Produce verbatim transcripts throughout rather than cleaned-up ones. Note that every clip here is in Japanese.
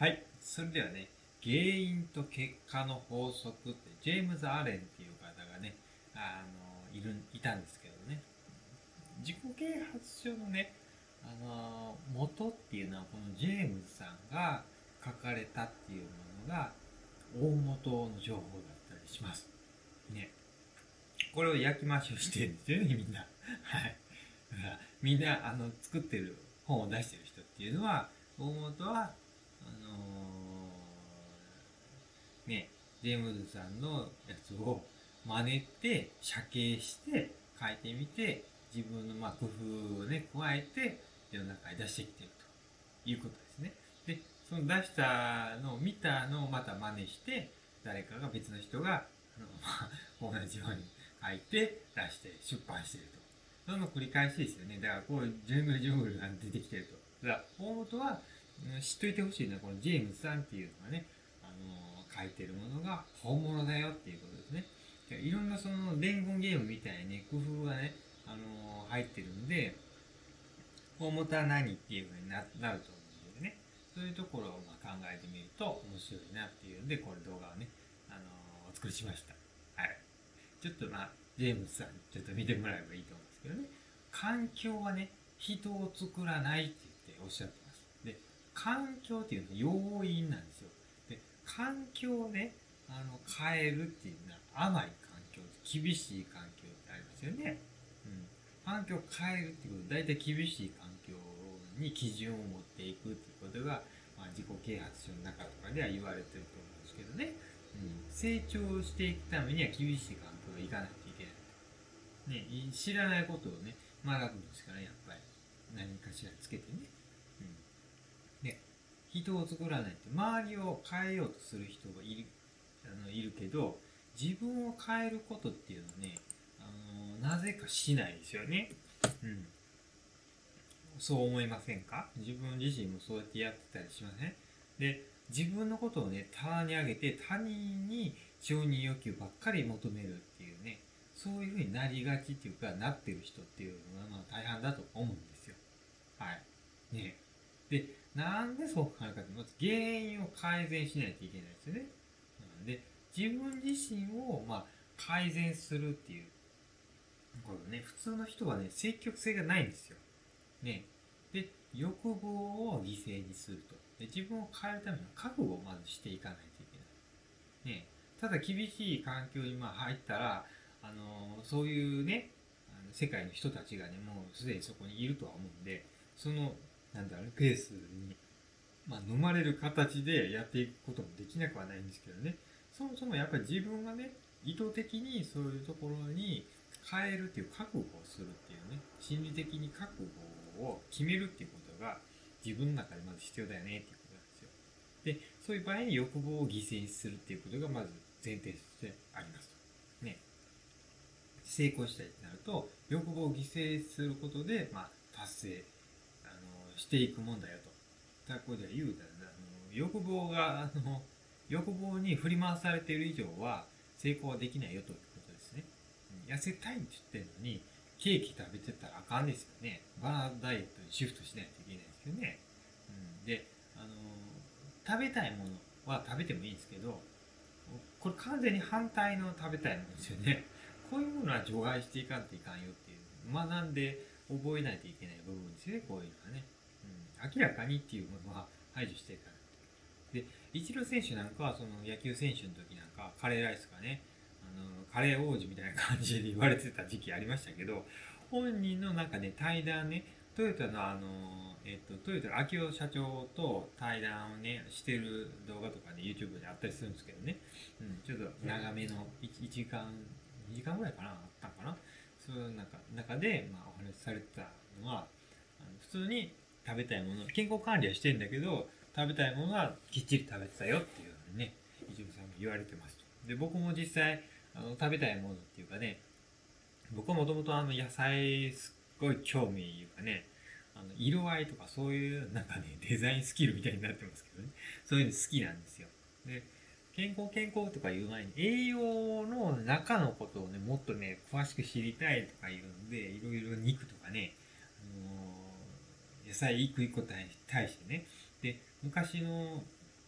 はい、それではね、原因と結果の法則ってジェームズ・アレンっていう方がね、あのいるいたんですけどね、自己啓発書のね、あの元っていうのはこのジェームズさんが書かれたっていうものが大元の情報だったりしますね。これを焼き増しをしてるんですよね、みんな。はい。だからみんなあの作ってる本を出してる人っていうのは大元はあのーねジェームズさんのやつを真似て写経して書いてみて自分のまあ工夫をね加えて世の中に出してきてるということですね。でその出したのを見たのをまた真似して誰かが別の人があの同じように書いて出して出版していると。その繰り返しですよね。だからこうジュングルジュングルが出てきてると。だから大元は知っといてほしいのはこのジェームズさんっていうのがね、あのー書いてるものが本物だよっていうことですね。いろんなその伝言ゲームみたいに、ね、工夫がね、あのー入ってるんで、大元は何っていうふうになると思うんでね、そういうところをまあ考えてみると面白いなっていうんで、これ動画をね、あのーお作りしました。はい。ちょっとまあ、ジェームズさん、ちょっと見てもらえばいいと思うんですけどね。環境はね、人を作らないって言っておっしゃってます。で、環境っていうのは要因なんですよ。で、環境をね、あの、変えるっていうのは甘い環境、厳しい環境ってありますよね。うん。環境を変えるっていうことは、大体厳しい環境に基準を持っていくっていうことが、まあ、自己啓発書の中とかでは言われてると思うんですけどね。うん、成長していくためには厳しい環境に行かないといけない。ね、知らないことをね、学ぶんですから、やっぱり。何かしらつけてね。うん。で、人を作らないって、周りを変えようとする人がいる、あの、いるけど、自分を変えることっていうのはね、あの、なぜかしないですよね。うん。そう思いませんか？自分自身もそうやってやってたりしません？で、自分のことをね、棚に上げて他人に承認欲求ばっかり求めるっていうね、そういう風になりがちっていうか、なってる人っていうのはまあ大半だと思うんですよ。はい。ね。で、なんでそうなるかって、まず原因を改善しないといけないですよね。で、自分自身をまあ改善するっていうことね、普通の人はね、積極性がないんですよ。ね。で、欲望を犠牲にすると。で、自分を変えるための覚悟をまずしていかないといけない。ね。ただ厳しい環境にまあ入ったら、あのーそういうね、あの世界の人たちがね、もうすでにそこにいるとは思うんで、その、なんだろう、ペースに、まあ、飲まれる形でやっていくこともできなくはないんですけどね。そもそもやっぱり自分がね、意図的にそういうところに変えるっていう覚悟をするっていうね、心理的に覚悟を決めるっていうことが自分の中でまず必要だよねっていうことなんですよ。で、そういう場合に欲望を犠牲にするっていうことがまず前提としてありますと。ね。成功したいとなると、欲望を犠牲することで、まあ、達成、あの、していくもんだよと。だからここでは言うたら、あの、欲望が、あの、欲望に振り回されている以上は、成功はできないよということですね。痩せたいって言ってるのに、ケーキ食べてたらあかんですよね。バナナダイエットにシフトしないといけないですよね。うん、で、あの食べたいものは食べてもいいんですけど、これ完全に反対の食べたいものですよね。こういうものは除外していかんといかんよっていう、学んで覚えないといけない部分ですよね、こういうのはね。うん、明らかにっていうものは排除していかない。で、イチロー選手なんかはその野球選手の時なんかカレーライスがね、あのカレー王子みたいな感じで言われてた時期ありましたけど、本人の中で対談ね、トヨタのあの、えっと、トヨタの秋夫社長と対談をね、してる動画とかね、YouTube であったりするんですけどね、うん、ちょっと長めの いち, 時間、にじかんぐらいかな、あったかな。そういう中中で、まあ、お話しされてたのは、あの普通に食べたいもの、健康管理はしてんだけど、食べたいものはきっちり食べてたよっていうふうにね、伊集院さんも言われてますと。で、僕も実際、あの食べたいものっていうかね、僕はもともとあの野菜すっごい興味いうかね、あの色合いとかそういうなんかね、デザインスキルみたいになってますけどね、そういうの好きなんですよ。で、健康健康とか言う前に栄養の中のことをね、もっとね、詳しく知りたいとか言うんで、いろいろ肉とかね、あのー野菜一個一個対してね、で、昔の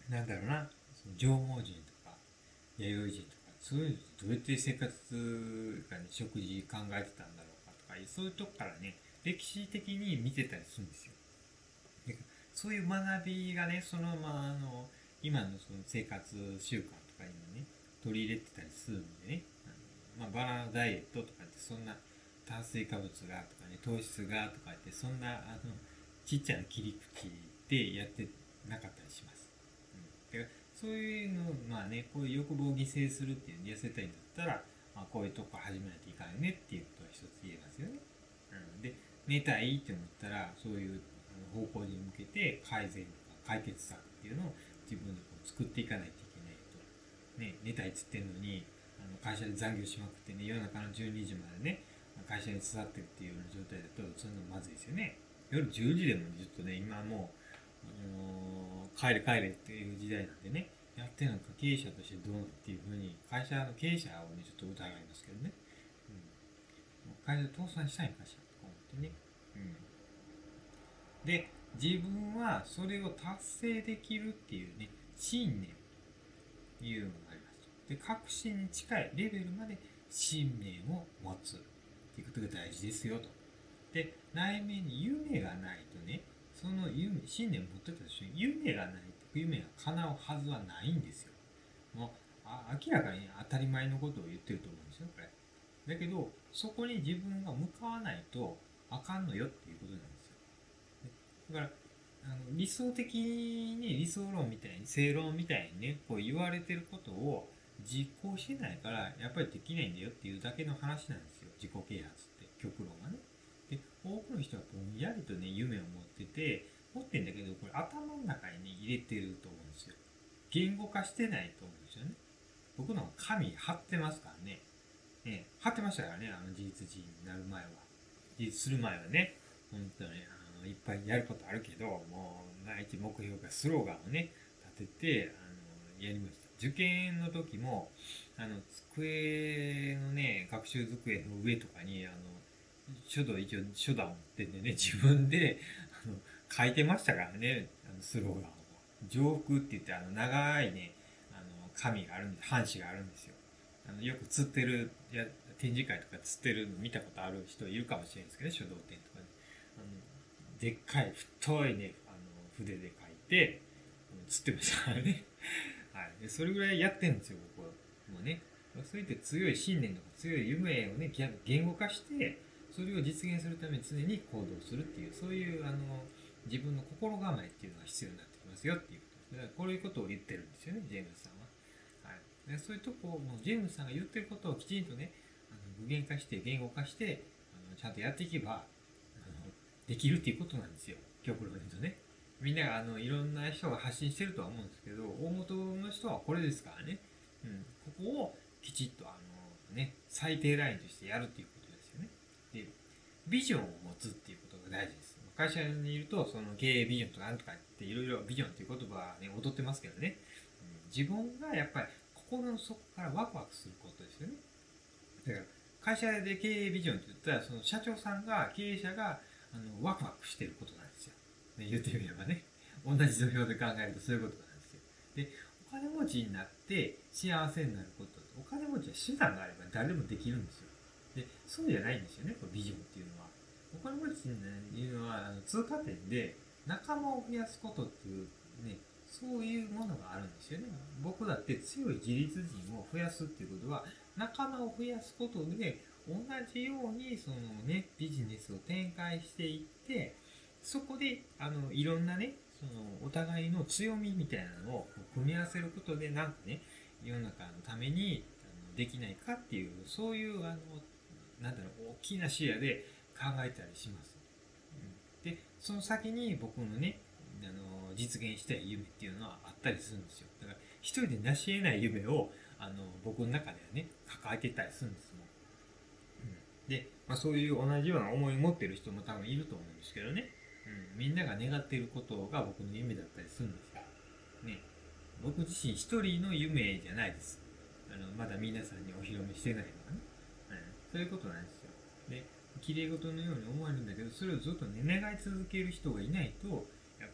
なんだろうな、その縄文人とか弥生人とか、そういうのどうやって生活がね、食事考えてたんだろうかとか、そういうとこからね、歴史的に見てたりするんですよ。でそういう学びがね、そのままあの今のその生活習慣とかにもね、取り入れてたりするんでね、あのまあ、バナナダイエットとかってそんな炭水化物がとかね、糖質がとかってそんなあのちっちゃな切り口でやってなかったりします。うん、だからそういうのまあね、こういう欲望を犠牲するっていう痩せたいんだったら、まあ、こういうとこ始めないといかんよねっていうことは一つ言えますよね。うん、で寝たいって思ったらそういう方向に向けて改善とか解決策っていうのを自分でこう作っていかないといけないと、ね、寝たいっつってんのにあの会社で残業しまくってね、夜中のじゅうにじまでね会社に座ってるっていうような状態だとそんなのまずいですよね。夜じゅうじでもずっとね、今もう、あのー帰れ帰れっていう時代なんでね、やってなんか経営者としてどうなっていうふうに会社の経営者をねちょっと疑いますけどね、うん、会社倒産したいんかしらとか思ってね、うん、で自分はそれを達成できるっていうね信念というのがあります。で確信に近いレベルまで信念を持つっていうことが大事ですよと。で内面に夢がないとね、その夢信念を持ってたとして夢がないと夢が叶うはずはないんですよ。もうあ明らかに当たり前のことを言ってると思うんですよこれ。だけどそこに自分が向かわないとあかんのよっていうことなんですよ。だからあの理想的に理想論みたいに正論みたいにねこう言われてることを実行してないからやっぱりできないんだよっていうだけの話なんですよ、自己啓発って極論がね。で多くの人はぼんやりとね夢を持ってて持ってんだけどこれ頭の中に、ね、入れてると思うんですよ。言語化してないと思うんですよね。僕の紙貼ってますからね。ね貼ってましたからね、あの事実人になる前は。事実する前はね、本当にあのいっぱいやることあるけど、もう第一目標がスローガンをね、立てて、あのやりました。受験の時も、あの、机のね、学習机の上とかに、あの、書道、一応書道持っててね、自分で、あの、書いてましたからね、あのスローガンを。上空って言って、あの、長いね、あの、紙があるんです、半紙があるんですよ。あの、よく釣ってる、や、展示会とか釣ってるの見たことある人いるかもしれないですけどね、書道展とかで。あの、でっかい、太いね、あの、筆で書いて、釣ってましたからね。はい。で、それぐらいやってるんですよ、僕は。もうね。そういった強い信念とか強い夢をね、言語化して、それを実現するために常に行動するっていう、そういう、あの、自分の心構えっていうのが必要になってきますよっていうことです。だからこういうことを言ってるんですよね、ジェームスさんは。はい。でそういうとこを、もうジェームスさんが言ってることをきちんとね、あの具現化して、言語化して、あのちゃんとやっていけば、あのできるっていうことなんですよ。極論言うとね。みんながあのいろんな人が発信してるとは思うんですけど、大元の人はこれですからね。うん、ここをきちっとあの、ね、最低ラインとしてやるっていうことですよね。で、ビジョンを持つっていうことが大事です。会社にいると、その経営ビジョンとかなんとかっていろいろビジョンっていう言葉はね、踊ってますけどね。うん、自分がやっぱり心の底からワクワクすることですよね。だから会社で経営ビジョンって言ったら、その社長さんが、経営者があのワクワクしてることなんですよ。ね、言ってみればね。同じ土俵で考えるとそういうことなんですよ。で、お金持ちになって幸せになること、お金持ちは手段があれば誰でもできるんですよ。で、そうじゃないんですよね、これビジョンっていうのは。お金持ちっていうのはあの通過点で仲間を増やすことっていうね、そういうものがあるんですよね。僕だって強い自立人を増やすっていうことは、仲間を増やすことで同じようにそのね、ビジネスを展開していって、そこであのいろんなね、そのお互いの強みみたいなのを組み合わせることでなんかね、世の中のためにあのできないかっていう、そういうあのなんだろう、大きな視野で考えたりします。うん、でその先に僕のね、あの実現したい夢っていうのはあったりするんですよ。だから一人で成し得ない夢をあの僕の中ではね抱えてたりするんですもん。うん、で、まあ、そういう同じような思いを持ってる人も多分いると思うんですけどね、うん、みんなが願っていることが僕の夢だったりするんですよ。ね、僕自身一人の夢じゃないです。あのまだ皆さんにお披露目してないのはね、うん、そういうことなんですよ。で、綺麗事のように思われるんだけど、それをずっとね願い続ける人がいないと、やっ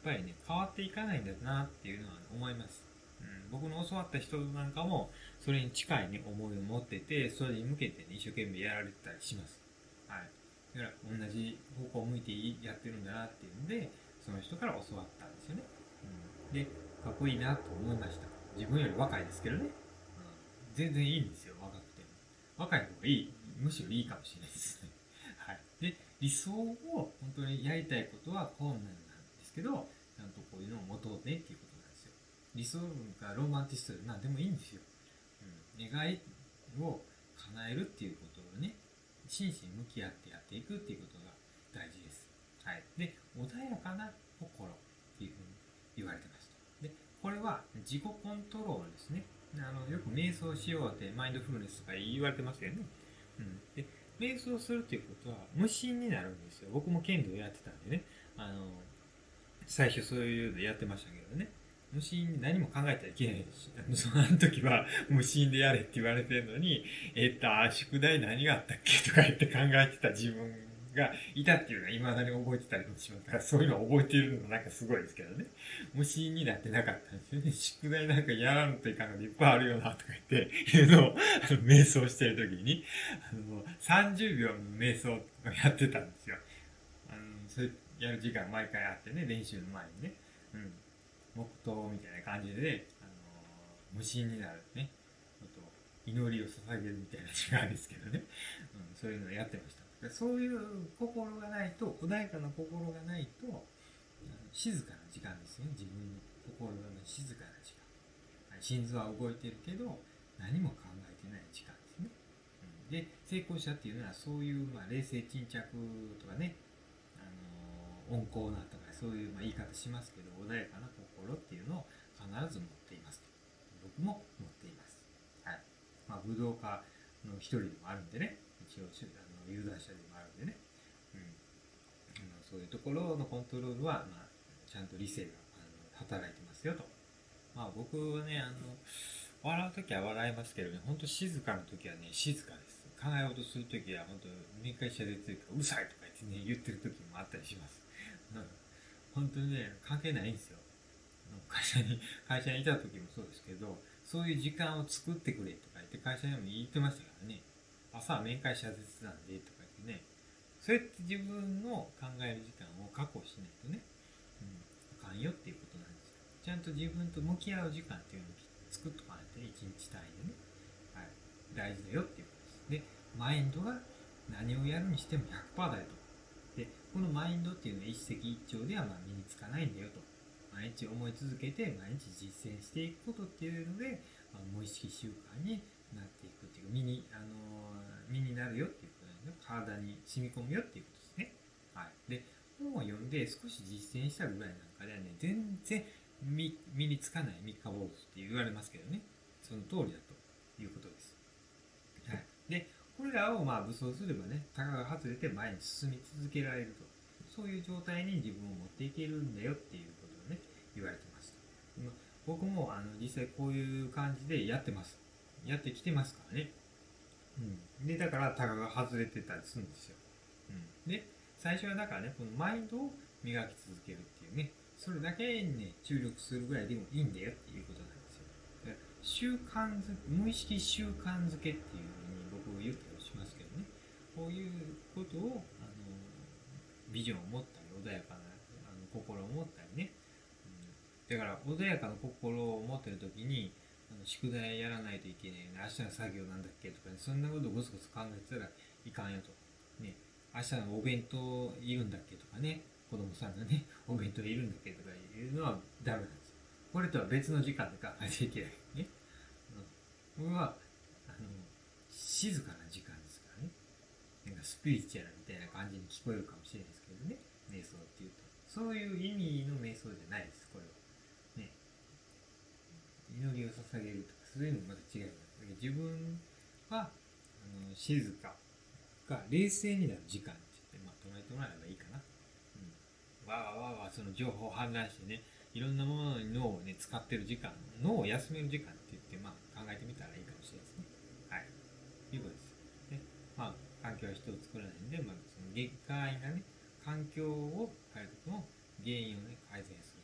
ぱりね変わっていかないんだなっていうのは思います、うん、僕の教わった人なんかもそれに近い、ね、思いを持ってて、それに向けて、ね、一生懸命やられてたりします、はい、だから同じ方向を向いてやってるんだなっていうんで、その人から教わったんですよね、うん、でかっこいいなと思いました。自分より若いですけどね、うん、全然いいんですよ、若くても。若い方がいい、むしろいいかもしれないですね。はい。で、理想を本当にやりたいことは困難なんですけど、ちゃんとこういうのを持とうねっていうことなんですよ。理想がロマンティストで何でもいいんですよ。うん、願いを叶えるっていうことをね、真摯に向き合ってやっていくっていうことが大事です。はい。で、穏やかな心っていうふうに言われてました。で、これは自己コントロールですね。あのよく瞑想しようってマインドフルネスとか言われてますよね。うん、で瞑想するっていうことは無心になるんですよ。僕も剣道やってたんでね、あの最初そういうのやってましたけどね、無心に何も考えてはいけないし、その時は無心でやれって言われてるのに、えっと、宿題何があったっけとか言って考えてた自分がいたっていうのは未だに覚えてたりもしますから、そういうのを覚えているのもなんかすごいですけどね。無心になってなかったんですよね。宿題なんかやらんといかんのでいっぱいあるよなとか言って、いうのを、あの、瞑想してる時に、あの、さんじゅうびょうの瞑想をやってたんですよ。あの、それやる時間毎回あってね、練習の前にね。うん。黙祷みたいな感じで、ね、あの無心になるね、祈りを捧げるみたいな時間ですけどね、うん、そういうのをやってました。そういう心がないと、穏やかな心がないと、静かな時間ですよね。自分の心の静かな時間。心臓は動いてるけど、何も考えてない時間ですね。うん、で、成功者っていうのは、そういう、まあ、冷静沈着とかね、あの温厚なとかそういう、まあ、言い方しますけど、穏やかな心っていうのを必ず持っています。僕も持っています。はい。まあ、武道家の一人でもあるんでね、一応あの有段者でもあるんでね、うん、あのそういうところのコントロールは、まあ、ちゃんと理性があの働いてますよと。まあ僕はね、あの笑うときは笑いますけどね、本当静かなときはね、静かです。考えようとするときは、本当面会者でついてうるさいとか言ってね、言ってるときもあったりします。本当にね、関係ないんですよ。会社に、会社にいた時もそうですけど、そういう時間を作ってくれとか言って会社にも言ってましたからね。朝は面会謝絶なんでとか言ってね。そうやって自分の考える時間を確保しないとね、うん、あかんよっていうことなんですよ。ちゃんと自分と向き合う時間っていうのを作っとかないとね、一日単位でね、はい、大事だよっていうことです。で、マインドが何をやるにしてもひゃくパーセントだよと。で、このマインドっていうのは一石一鳥ではまあ身につかないんだよと。毎日思い続けて毎日実践していくことっていうので、まあ、無意識習慣になっていくっていう身に、あのー、身になるよっていうことなんですね。体に染み込むよっていうことですね。はい。で、本を読んで少し実践したぐらいなんかではね、全然身身につかない三日坊主って言われますけどね、その通りだということです。はい。で、これらをまあ武装すればね、タガが外れて前に進み続けられると。そういう状態に自分を持っていけるんだよっていうことをね、言われてました。僕もあの実際こういう感じでやってます。やってきてますからね。うん。で、だからタガが外れてたりするんですよ。うん。で、最初はだからね、このマインドを磨き続けるっていうね、それだけにね、注力するぐらいでもいいんだよっていうことなんですよ。習慣づ無意識習慣づけっていうふうに僕は言ったりしますけどね、こういうことをあのビジョンを持ったり穏やかなあの心を持ったりね、うん、だから穏やかな心を持ってる時にあの宿題やらないといけないよね、明日の作業なんだっけとか、ね、そんなことをゴツゴツ考えてたらいかんよと、ね、明日のお弁当いるんだっけとかね、子供さんがねお弁当いるんだっけとかいうのはダメなんですよ。これとは別の時間で考えていけないね。これはあの静かな時間ですからね。なんかスピリチュアルみたいな感じに聞こえるかもしれないですけどね、瞑想っていうとそういう意味の瞑想じゃないです。これはね、祈りを捧げるとかそういうのもまた違います。自分はあの静かが冷静になる時間って言って、まあ、捉えてもらえばいいかな。うん、わーわーわーその情報を氾濫してね、いろんなものに脳をね使ってる時間、脳を休める時間って言って、まあ、考えてみたらいいかもしれないですね。はい、いうことです。で、まあ、環境は人を作らないんで、まあ、その外界がね、環境を変えることの原因をね改善する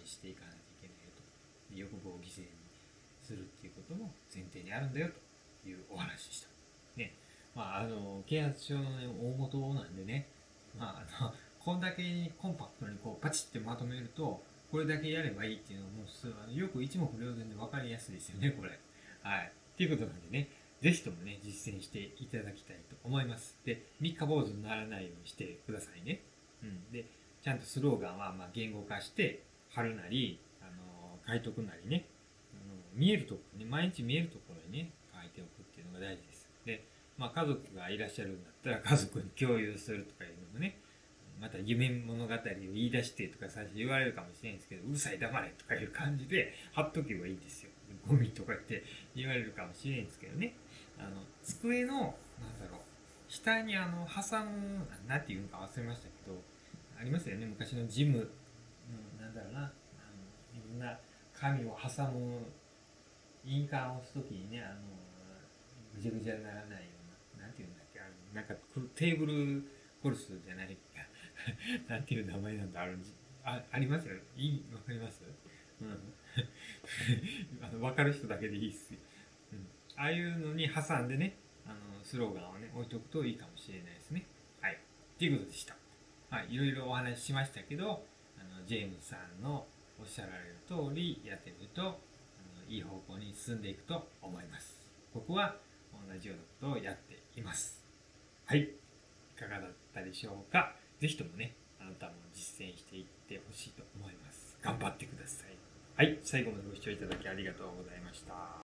していかないといけないよと。欲望を犠牲にするっていうことも前提にあるんだよというお話でした。ね。まあ、あの、啓発書の、ね、大元なんでね、まあ、あの、こんだけコンパクトにこうパチッてまとめると、これだけやればいいっていうのはもうすあのよく一目瞭然で分かりやすいですよね、これ。はい。っていうことなんでね、ぜひともね、実践していただきたいと思います。で、三日坊主にならないようにしてくださいね。うん。で、ちゃんとスローガンはまあ言語化して、貼るなり、あの書いとくなりね、あの見えるところね、毎日見えるところにね、書いておくっていうのが大事です。で、まあ家族がいらっしゃるんだったら家族に共有するとかいうのもね、また夢物語を言い出してとか最初言われるかもしれないんですけど、うるさい黙れとかいう感じで貼っとけばいいんですよ。ゴミとかって言われるかもしれないんですけどね。あの、机の、なんだろう、下にあの、挟む、なんていうのか忘れましたけど、ありますよね、昔のジムの、なんだろうな、あの、いろんな紙を挟む、印鑑を押すときにね、あの、ぐちゃぐちゃにならないような、なんていうんだっけ、あの、なんかテーブルコルスじゃないか。なんていう名前なんだ、あるんじあ、ありますよ。いい、わかります。うん。あの、わかる人だけでいいっすよ。うん。ああいうのに挟んでね、あの、スローガンをね、置いとくといいかもしれないですね。はい。っていうことでした。はい。いろいろお話ししましたけど、あの、ジェームズさんのおっしゃられる通りやってみると、あの、いい方向に進んでいくと思います。僕は同じようなことをやっています。はい。いかがだったでしょうか。ぜひともね、あなたも実践していってほしいと思います。頑張ってください。はい。最後までご視聴いただきありがとうございました。